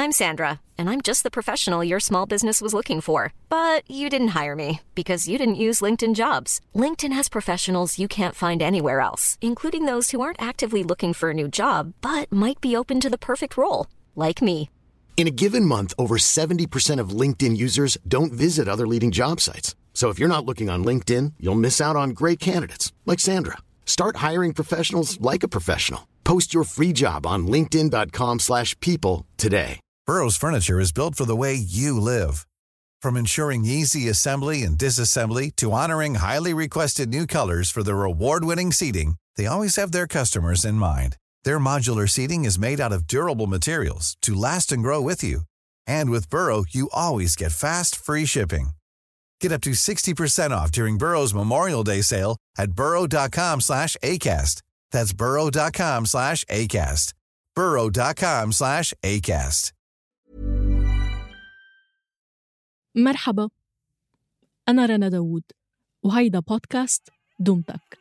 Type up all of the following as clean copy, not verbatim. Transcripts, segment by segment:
I'm Sandra, and I'm just the professional your small business was looking for. But you didn't hire me because you didn't use LinkedIn Jobs. LinkedIn has professionals you can't find anywhere else, including those who aren't actively looking for a new job, but might be open to the perfect role, like me. In a given month, over 70% of LinkedIn users don't visit other leading job sites. So if you're not looking on LinkedIn, you'll miss out on great candidates like Sandra. Start hiring professionals like a professional. Post your free job on linkedin.com/people today. Burrow's furniture is built for the way you live. From ensuring easy assembly and disassembly to honoring highly requested new colors for their award-winning seating, they always have their customers in mind. Their modular seating is made out of durable materials to last and grow with you. And with Burrow, you always get fast, free shipping. Get up to 60% off during Burrow's Memorial Day sale at burrow.com/ACAST. That's burrow.com/ACAST. burrow.com/ACAST. مرحبا، أنا رنا داوود وهيدا بودكاست دومتك.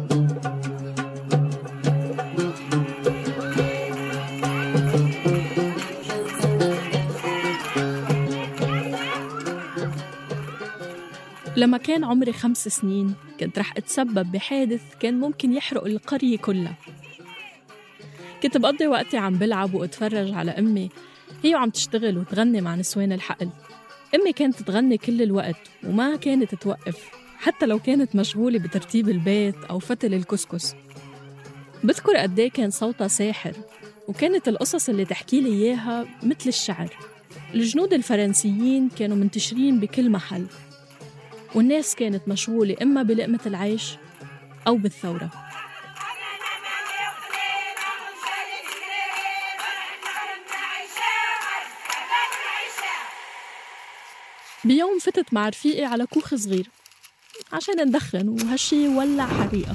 لما كان عمري 5 سنين كنت رح أتسبب بحادث كان ممكن يحرق القرية كلها. كنت بقضي وقتي عم بلعب وأتفرج على أمي هي وعم تشتغل وتغني مع نسوان الحقل. أمي كانت تغني كل الوقت وما كانت توقف حتى لو كانت مشغولة بترتيب البيت أو فتل الكسكس. بذكر قديه كان صوتها ساحر، وكانت القصص اللي تحكي لي إياها مثل الشعر. الجنود الفرنسيين كانوا منتشرين بكل محل، والناس كانت مشغولة إما بلقمة العيش أو بالثورة. بيوم فتت مع رفيقي على كوخ صغير عشان ندخن، وهالشي ولع حريقة.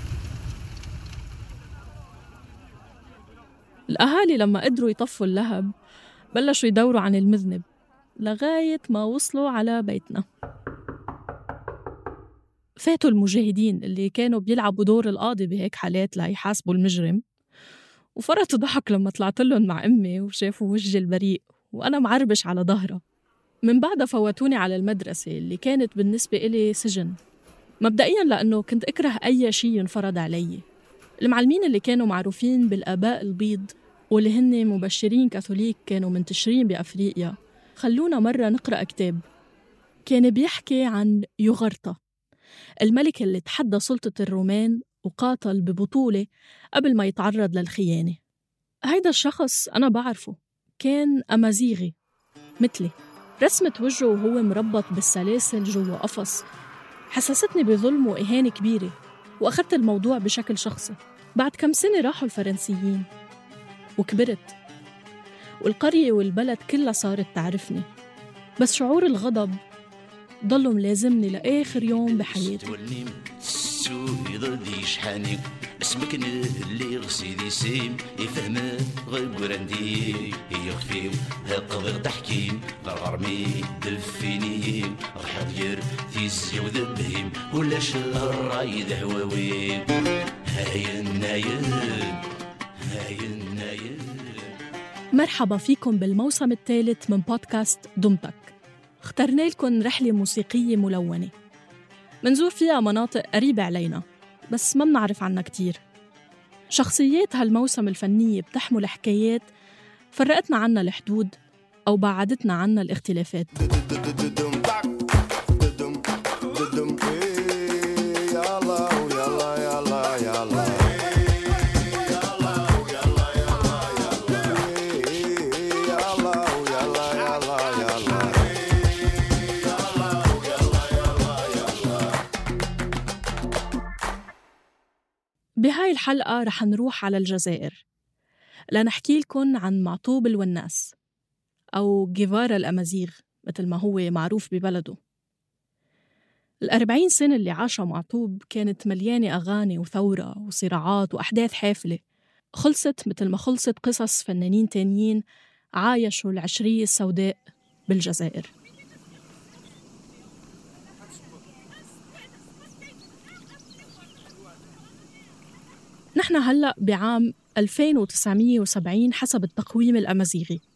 الأهالي لما قدروا يطفوا اللهب بلشوا يدوروا عن المذنب لغاية ما وصلوا على بيتنا. فاتوا المجاهدين اللي كانوا بيلعبوا دور القاضي بهيك حالات ليحاسبوا المجرم، وفرطوا ضحك لما طلعت لهم مع أمي وشافوا وجهي البريء وأنا معربش على ظهرها. من بعدها فوتوني على المدرسة اللي كانت بالنسبة إلي سجن، مبدئياً لأنه كنت أكره أي شيء ينفرض علي. المعلمين اللي كانوا معروفين بالآباء البيض واللي هن مبشرين كاثوليك كانوا منتشرين بأفريقيا خلونا مرة نقرأ كتاب كان بيحكي عن يوغرتا، الملك اللي تحدى سلطة الرومان وقاتل ببطولة قبل ما يتعرض للخيانة. هيدا الشخص أنا بعرفه، كان أمازيغي مثلي. رسمة وجهه وهو مربط بالسلاسل جوا قفص حسستني بظلم وإهانة كبيرة، وأخذت الموضوع بشكل شخصي. بعد كم سنة راحوا الفرنسيين وكبرت، والقرية والبلد كلها صارت تعرفني، بس شعور الغضب ضلوا ملازمني لآخر يوم بحياتي. اسمك اللي غسيدي سيم يفهم غير يخفيو هقدر تحكيم غرمي دلفيني غحضير تيزي وذبهم ولا شلراي دهواوي هاي النايل. مرحبا فيكم بالموسم الثالث من بودكاست دومتك. اخترنا لكم رحلة موسيقية ملونة منزور فيها مناطق قريبة علينا بس ما بنعرف عنها كتير. شخصيات هالموسم الفنية بتحمل حكايات فرقتنا عنها الحدود أو بعدتنا عنها الاختلافات. بهاي الحلقة رح نروح على الجزائر لنحكي لكم عن معطوب الوناس أو جيفارا الأمازيغ مثل ما هو معروف ببلده. 40 سنة اللي عاشها معطوب كانت مليانة أغاني وثورة وصراعات وأحداث حافلة، خلصت مثل ما خلصت قصص فنانين تانيين عايشوا العشرية السوداء بالجزائر. نحن هلأ بعام 2970 حسب التقويم الأمازيغي،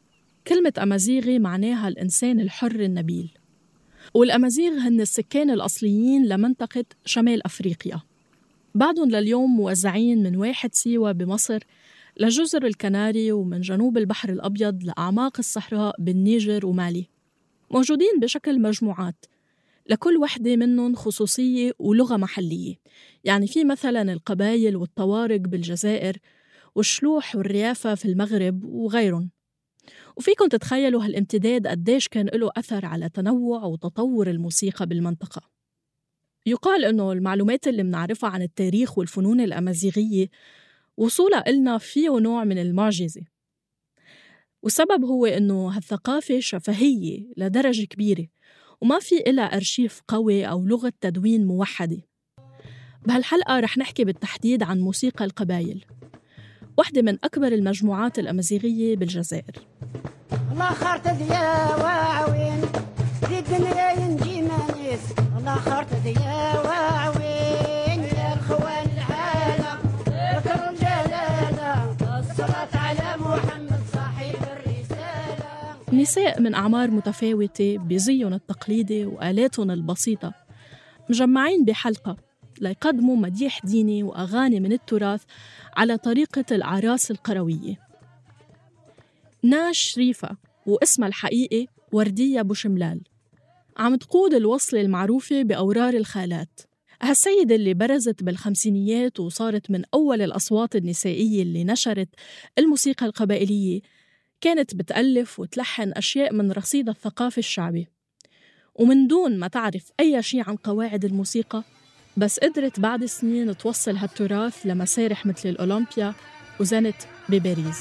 كلمة أمازيغي معناها الإنسان الحر النبيل، والأمازيغ هن السكان الأصليين لمنطقة شمال أفريقيا. بعدهم لليوم موزعين من واحد سيوة بمصر لجزر الكناري، ومن جنوب البحر الأبيض لأعماق الصحراء بالنيجر ومالي. موجودين بشكل مجموعات، لكل وحدة منهم خصوصية ولغة محلية. يعني في مثلاً القبايل والطوارق بالجزائر، والشلوح والريافة في المغرب وغيرهم. وفيكم تتخيلوا هالامتداد قديش كان له أثر على تنوع وتطور الموسيقى بالمنطقة. يقال إنه المعلومات اللي منعرفها عن التاريخ والفنون الأمازيغية وصولها إلنا فيه نوع من المعجزة، والسبب هو إنه هالثقافة شفهية لدرجة كبيرة، وما في إلها أرشيف قوي أو لغة تدوين موحدة. بهالحلقة رح نحكي بالتحديد عن موسيقى القبايل، واحدة من أكبر المجموعات الأمازيغية بالجزائر. الله خارت ديا واعوين دي الدنيا ينجي مانيس، الله خارت ديا واعوين يا الخوان العالم ذكر الجلالة، الصلاة على محمد صاحب الرسالة. نساء من أعمار متفاوتة بزيهم التقليدي وآلاتهم البسيطة مجمعين بحلقة ليقدموا مديح ديني وأغاني من التراث على طريقة الأعراس القروية. ناش شريفة واسمها الحقيقي وردية بوشملال، عم تقود الوصلة المعروفة بأورار الخالات. هالسيدة اللي برزت بالخمسينيات وصارت من أول الأصوات النسائية اللي نشرت الموسيقى القبائلية، كانت بتألف وتلحن أشياء من رصيد الثقافة الشعبي، ومن دون ما تعرف أي شيء عن قواعد الموسيقى، بس قدرت بعد سنين توصل هالتراث لمسارح مثل الأولمبيا وزنت بباريس.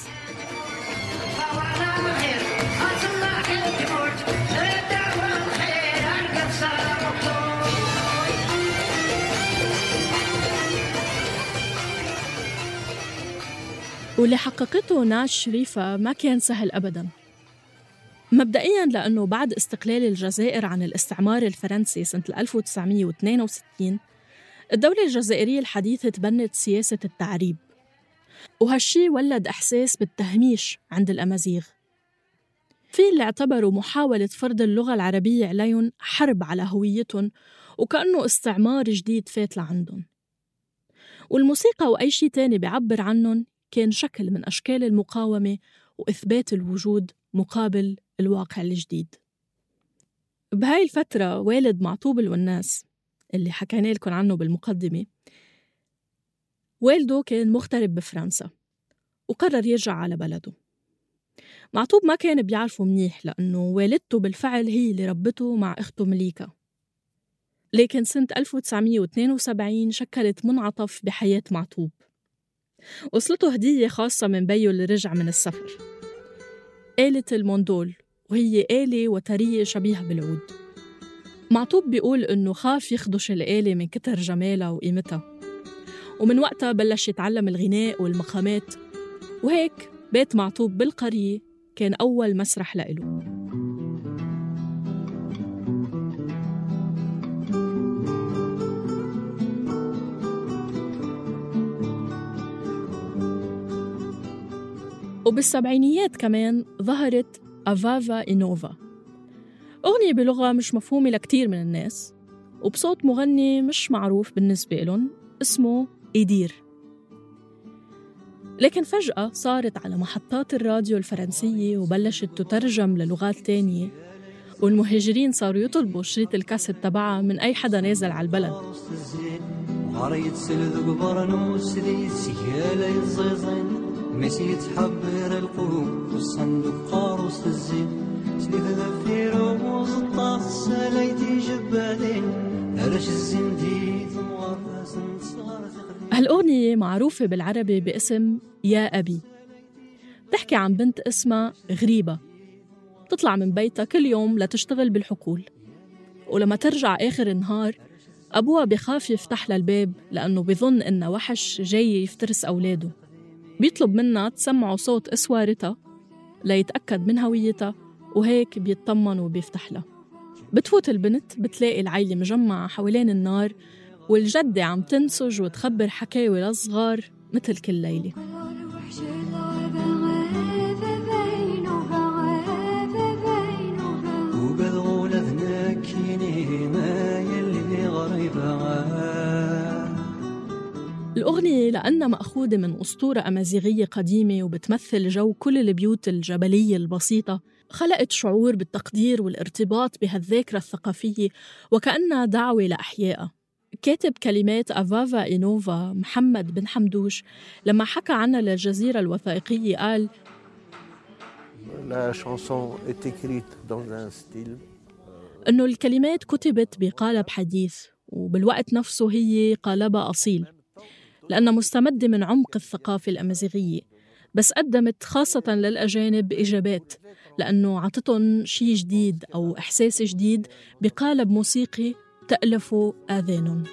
واللي حققته ناش شريفة ما كان سهل أبداً. مبدئياً لأنه بعد استقلال الجزائر عن الاستعمار الفرنسي سنة 1962، الدولة الجزائرية الحديثة تبنت سياسة التعريب، وهالشي ولد إحساس بالتهميش عند الأمازيغ. في اللي اعتبروا محاولة فرض اللغة العربية عليهم حرب على هويتهم، وكأنه استعمار جديد فات لعندهم. والموسيقى وأي شي تاني بيعبر عنهم كان شكل من أشكال المقاومة وإثبات الوجود مقابل الواقع الجديد. بهاي الفترة والد معطوب الوناس اللي حكينا لكم عنه بالمقدمة، والده كان مغترب بفرنسا وقرر يرجع على بلده. معطوب ما كان بيعرفه منيح لأنه والدته بالفعل هي اللي ربته مع أخته مليكة، لكن سنة 1972 شكلت منعطف بحياة معطوب. وصلته هدية خاصة من بيو اللي رجع من السفر، آلة الموندول، وهي آلة وترية شبيهة بالعود. معطوب بيقول إنه خاف يخدش الآلة من كتر جمالها وقيمتها، ومن وقتها بلش يتعلم الغناء والمقامات، وهيك بيت معطوب بالقرية كان أول مسرح لإله. وبالسبعينيات كمان ظهرت أفافا إنوفا، أغنية بلغة مش مفهومة لكتير من الناس وبصوت مغني مش معروف بالنسبة لهم اسمه إيدير. لكن فجأة صارت على محطات الراديو الفرنسية وبلشت تترجم للغات تانية، والمهاجرين صاروا يطلبوا شريط الكاسيت تبعها من أي حدا نازل على البلد. ماشي يتحبر القلوب والصندوق قاروس الزين سليف ذفير ومزطاس سلايتي جبالين هرش الزين دي ثموافاس صغار تخلي. هالأغنية معروفة بالعربي باسم يا أبي، بتحكي عن بنت اسمها غريبة تطلع من بيتها كل يوم لتشتغل بالحقول، ولما ترجع آخر النهار أبوها بخاف يفتح لها الباب لأنه بيظن إنه وحش جاي يفترس أولاده. بيطلب منها تسمعه صوت إسوارتها ليتأكد من هويتها، وهيك بيطمن وبيفتح لها. بتفوت البنت بتلاقي العيلة مجمعة حوالين النار، والجدة عم تنسج وتخبر حكاوي للصغار مثل كل ليلة. الأغنية لأنها مأخوذة من أسطورة أمازيغية قديمة وبتمثل جو كل البيوت الجبلية البسيطة، خلقت شعور بالتقدير والارتباط بهالذاكرة الثقافية وكأنها دعوة لأحيائها. كاتب كلمات أفافا إنوفا محمد بن حمدوش لما حكى عنها للجزيرة الوثائقية قال: إنه الكلمات كتبت بقالب حديث وبالوقت نفسه هي قالبها أصيل، لأنها مستمدة من عمق الثقافة الأمازيغية، بس قدمت خاصة للأجانب إجابات لأنه عطتهم شيء جديد أو إحساس جديد بقالب موسيقي تألفه آذانهم.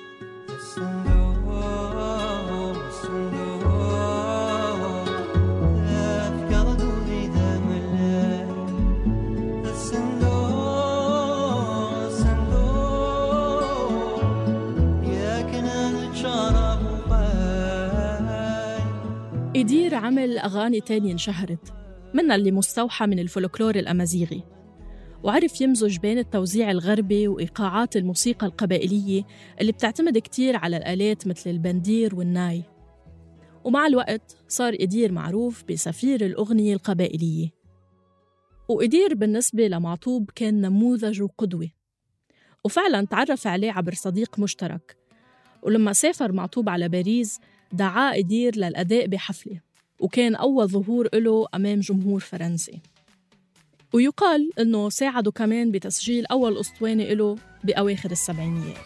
إدير عمل أغاني تانية انشهرت، منها اللي مستوحى من الفولكلور الأمازيغي، وعرف يمزج بين التوزيع الغربي وإيقاعات الموسيقى القبائلية اللي بتعتمد كتير على الآلات مثل البندير والناي. ومع الوقت صار إدير معروف بسفير الأغنية القبائلية. وإدير بالنسبة لمعطوب كان نموذج وقدوة، وفعلاً تعرف عليه عبر صديق مشترك. ولما سافر معطوب على باريس دعاه إدير للأداء بحفلة، وكان أول ظهور له أمام جمهور فرنسي. ويقال أنه ساعده كمان بتسجيل أول أسطوانة له بأواخر السبعينيات.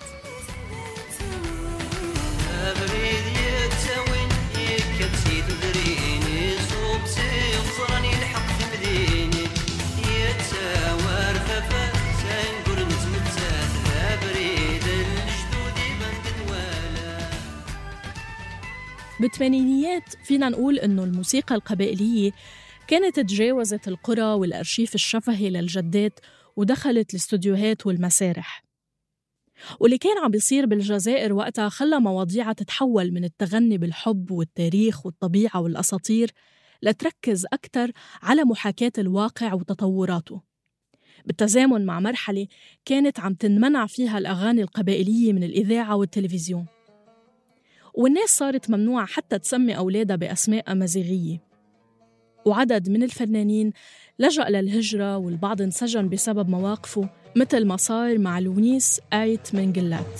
بالثمانينيات فينا نقول إنه الموسيقى القبائلية كانت تجاوزت القرى والأرشيف الشفهي للجدات ودخلت الاستوديوهات والمسارح. واللي كان عم بيصير بالجزائر وقتها خلى مواضيعها تتحول من التغني بالحب والتاريخ والطبيعة والأساطير لتركز أكثر على محاكاة الواقع وتطوراته، بالتزامن مع مرحلة كانت عم تنمنع فيها الأغاني القبائلية من الإذاعة والتلفزيون، والناس صارت ممنوعة حتى تسمي أولادها بأسماء أمازيغية. وعدد من الفنانين لجأ للهجرة والبعض انسجن بسبب مواقفه، مثل ما صار مع لونيس آيت من قلات.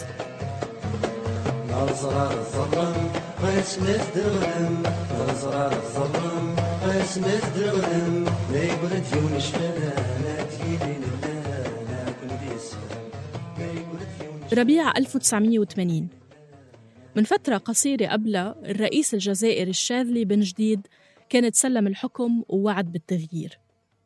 ربيع 1980 من فترة قصيرة قبلها الرئيس الجزائري الشاذلي بن جديد كان تسلم الحكم ووعد بالتغيير.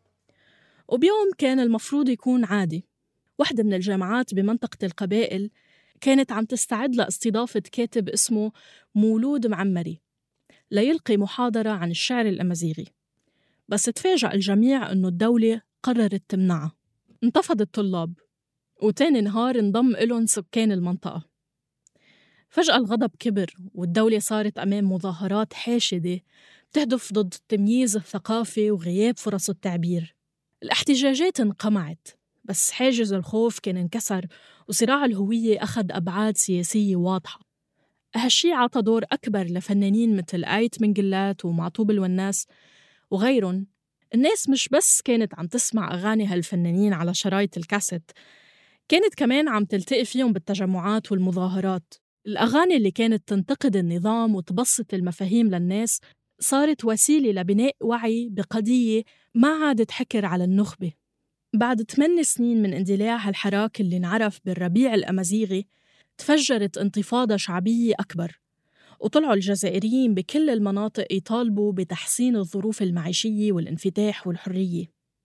وبيوم كان المفروض يكون عادي، واحدة من الجامعات بمنطقة القبائل كانت عم تستعد لاستضافة كاتب اسمه مولود معمري ليلقي محاضرة عن الشعر الأمازيغي، بس تفاجأ الجميع أنه الدولة قررت تمنعها. انتفض الطلاب، وتاني نهار انضم إلهم سكان المنطقة. فجأة الغضب كبر، والدولة صارت أمام مظاهرات حاشدة تهدف ضد التمييز الثقافي وغياب فرص التعبير. الاحتجاجات انقمعت، بس حاجز الخوف كان انكسر، وصراع الهوية أخذ أبعاد سياسية واضحة. هالشي عطى دور أكبر لفنانين مثل آيت من قلات ومعطوب الوناس وغيرهم. الناس مش بس كانت عم تسمع أغاني هالفنانين على شرايط الكاسيت، كانت كمان عم تلتقي فيهم بالتجمعات والمظاهرات. الأغاني اللي كانت تنتقد النظام وتبسط المفاهيم للناس صارت وسيلة لبناء وعي بقضية ما عادت حكر على النخبة. بعد 8 سنين من اندلاع هالحراك اللي انعرف بالربيع الأمازيغي، تفجرت انتفاضة شعبية أكبر، وطلعوا الجزائريين بكل المناطق يطالبوا بتحسين الظروف المعيشية والانفتاح والحرية.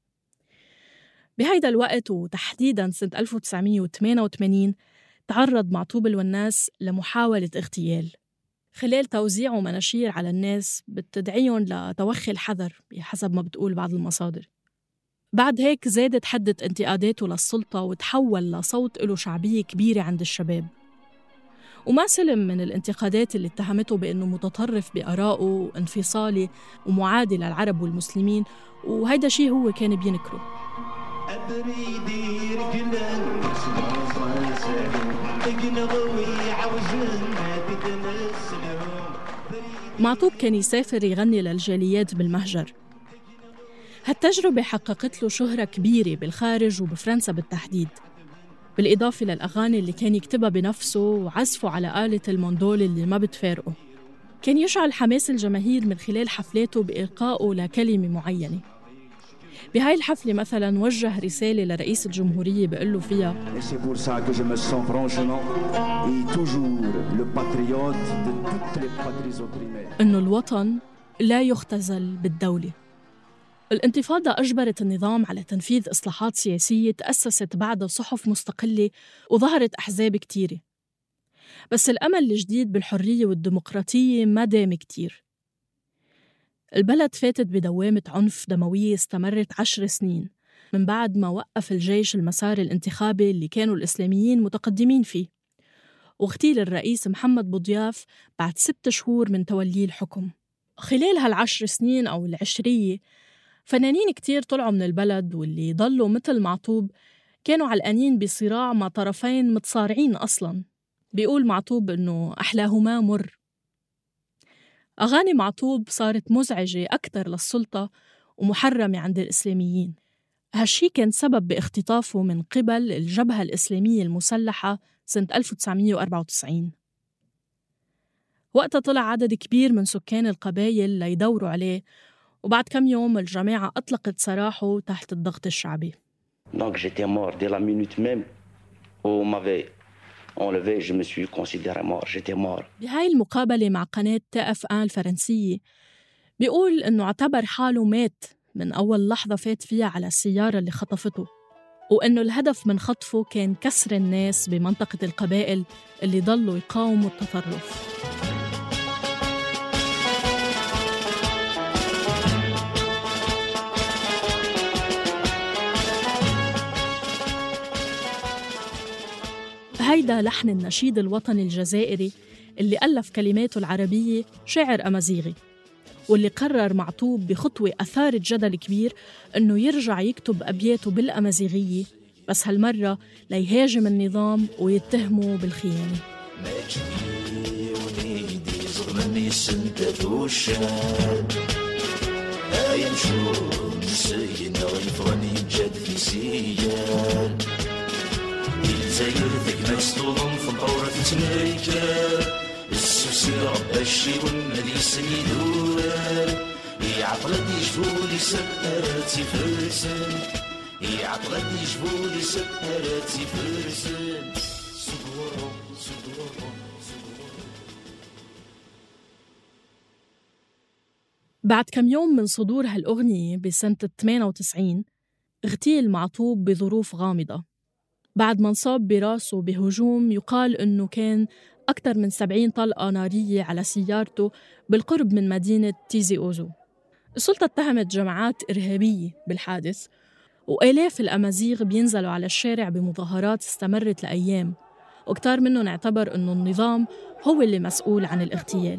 بهيدا الوقت وتحديداً سنة 1988 تعرض معطوب الوناس لمحاولة اغتيال خلال توزيعه مناشير على الناس بتدعيهم لتوخي الحذر بحسب ما بتقول بعض المصادر. بعد هيك زادت حدة انتقاداته للسلطة وتحول لصوت له شعبية كبيرة عند الشباب، وما سلم من الانتقادات اللي اتهمته بأنه متطرف بآرائه وانفصالي ومعادي للعرب والمسلمين، وهيدا شيء هو كان بينكره. أبريدي رجلان مصاصا سالو تقنغوي عوزن هكذا مسلوم. معطوب كان يسافر يغني للجاليات بالمهجر. هالتجربة حققت له شهرة كبيرة بالخارج وبفرنسا بالتحديد، بالإضافة للأغاني اللي كان يكتبها بنفسه وعزفه على آلة الموندول اللي ما بتفارقه. كان يشعل حماس الجماهير من خلال حفلاته بإلقائه لكلمة معينة. بهاي الحفلة مثلاً وجه رسالة لرئيس الجمهورية بيقول له فيها: إنه الوطن لا يختزل بالدولة. الانتفاضة أجبرت النظام على تنفيذ إصلاحات سياسية تأسست بعدها صحف مستقلة وظهرت أحزاب كتيرة، بس الأمل الجديد بالحرية والديمقراطية ما دام كتير. البلد فاتت بدوامة عنف دموية استمرت 10 سنين من بعد ما وقف الجيش المسار الانتخابي اللي كانوا الإسلاميين متقدمين فيه، واغتيل الرئيس محمد بوضياف بعد 6 شهور من توليه الحكم. خلال هال10 سنين أو العشرية فنانين كتير طلعوا من البلد، واللي ضلوا مثل معطوب كانوا علقانين بصراع مع طرفين متصارعين أصلاً. بيقول معطوب إنه أحلاهما مر. أغاني معطوب صارت مزعجة أكتر للسلطة ومحرمة عند الإسلاميين. هالشي كان سبب باختطافه من قبل الجبهة الإسلامية المسلحة سنة 1994. وقتها طلع عدد كبير من سكان القبائل ليدوروا عليه، وبعد كم يوم الجماعة أطلقت سراحه تحت الضغط الشعبي. Donc j'étais mort dès la minute même où on m'avait enlevé, je me suis considéré mort, j'étais mort. بهاي المقابلة مع قناة TF1 الفرنسية بيقول إنه اعتبر حاله مات من أول لحظة فات فيها على السيارة اللي خطفته، وإنه الهدف من خطفه كان كسر الناس بمنطقة القبائل اللي ضلوا يقاوموا التطرف. هيدا لحن النشيد الوطني الجزائري اللي ألف كلماته العربية شاعر أمازيغي، واللي قرر معطوب بخطوة أثارت جدل كبير إنه يرجع يكتب أبياته بالأمازيغية، بس هالمرة ليهاجم النظام ويتهمه بالخيانة. الجزائر مسطولهم في الدورة تتمركب السوسي رباشي والمدي سنيدوال يعطلتني جبولي سباراتي فرسن يعطلتني جبولي سباراتي فرسن صدورهم. بعد كم يوم من صدور هالأغنية بسنة 98 اغتيل معطوب بظروف غامضة بعد ما انصاب براسه بهجوم يقال إنه كان أكثر من 70 طلقة نارية على سيارته بالقرب من مدينة تيزي أوزو. السلطة اتهمت جماعات إرهابية بالحادث، وآلاف الأمازيغ بينزلوا على الشارع بمظاهرات استمرت لأيام، وكتار منهم اعتبر إنه النظام هو اللي مسؤول عن الاغتيال.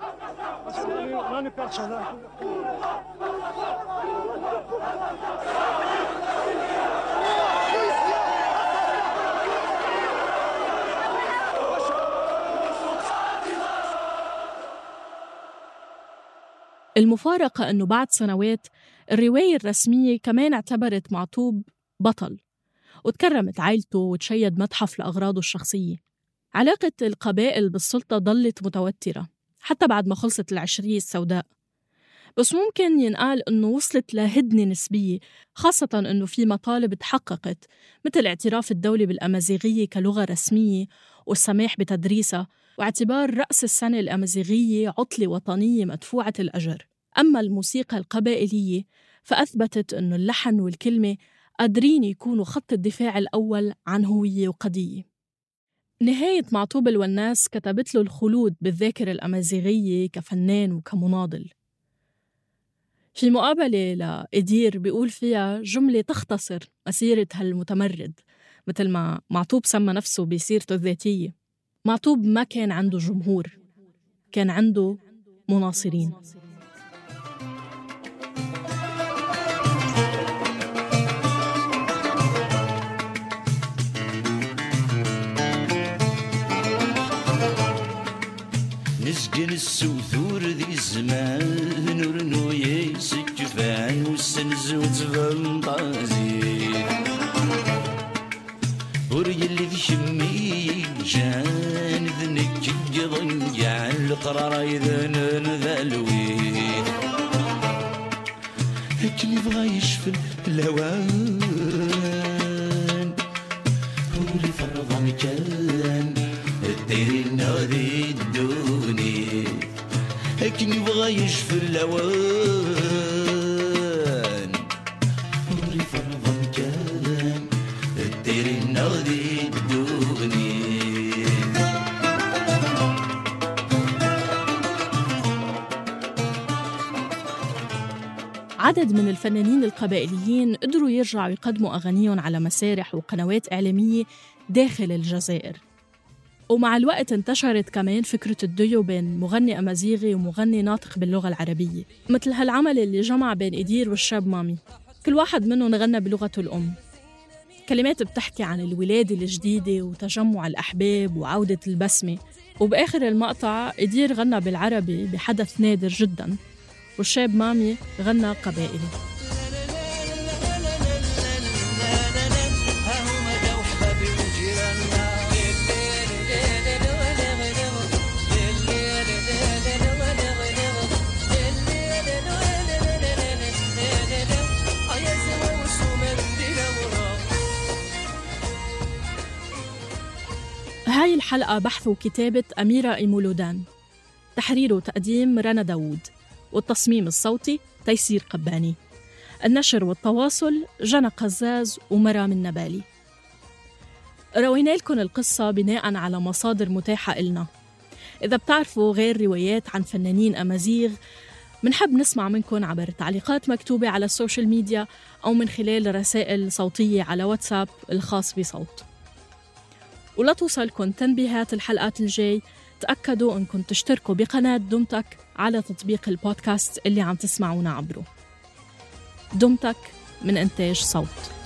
المفارقة أنه بعد سنوات الرواية الرسمية كمان اعتبرت معطوب بطل، وتكرمت عائلته وتشيد متحف لأغراضه الشخصية. علاقة القبائل بالسلطة ضلت متوترة حتى بعد ما خلصت العشرية السوداء، بس ممكن ينقال أنه وصلت لهدنة نسبية، خاصة أنه في مطالب تحققت مثل اعتراف الدولة بالأمازيغية كلغة رسمية والسماح بتدريسها، واعتبار رأس السنة الأمازيغية عطلة وطنية مدفوعة الأجر. أما الموسيقى القبائلية فأثبتت أنه اللحن والكلمة قادرين يكونوا خط الدفاع الأول عن هوية وقضية. نهاية معطوب الوناس كتبت له الخلود بالذاكرة الأمازيغية كفنان وكمناضل. في مقابلة لإدير بيقول فيها جملة تختصر مسيرة هالمتمرد، مثل ما معطوب سمى نفسه بسيرته الذاتية: معطوب ما كان عنده جمهور، كان عنده مناصرين. فانتازي وري اللي في شمي جان ذنك قضن جعل القرار إذن ذالوين هكني بغى يشفل الهوان ولي فرض مكان الدير النادي الدوني هكني بغى يشفل الهوان ولي فرض مكان الدير النادي الدوني. عدد من الفنانين القبائليين قدروا يرجعوا يقدموا أغانيهم على مسارح وقنوات إعلامية داخل الجزائر. ومع الوقت انتشرت كمان فكرة الديو بين مغني أمازيغي ومغني ناطق باللغة العربية، مثل هالعمل اللي جمع بين إدير والشاب مامي، كل واحد منهم غنى بلغته الأم. كلمات بتحكي عن الولادة الجديدة وتجمع الأحباب وعودة البسمة، وبآخر المقطع إدير غنى بالعربي بحدث نادر جداً، والشاب مامي غنى قبائلي. هاي الحلقة بحث وكتابة أميرة إيمولودان، تحرير وتقديم رنا داوود، والتصميم الصوتي تيسير قباني، النشر والتواصل جنى قزاز ومرام النبالي. روينا لكم القصة بناء على مصادر متاحة إلنا. إذا بتعرفوا غير روايات عن فنانين أمازيغ منحب نسمع منكم عبر تعليقات مكتوبة على السوشيال ميديا أو من خلال رسائل صوتية على واتساب الخاص بصوت. ولا توصلكم تنبيهات الحلقات الجاي، تأكدوا أنكم تشتركوا بقناة دمتك على تطبيق البودكاست اللي عم تسمعونا عبره. دمتك من إنتاج صوت.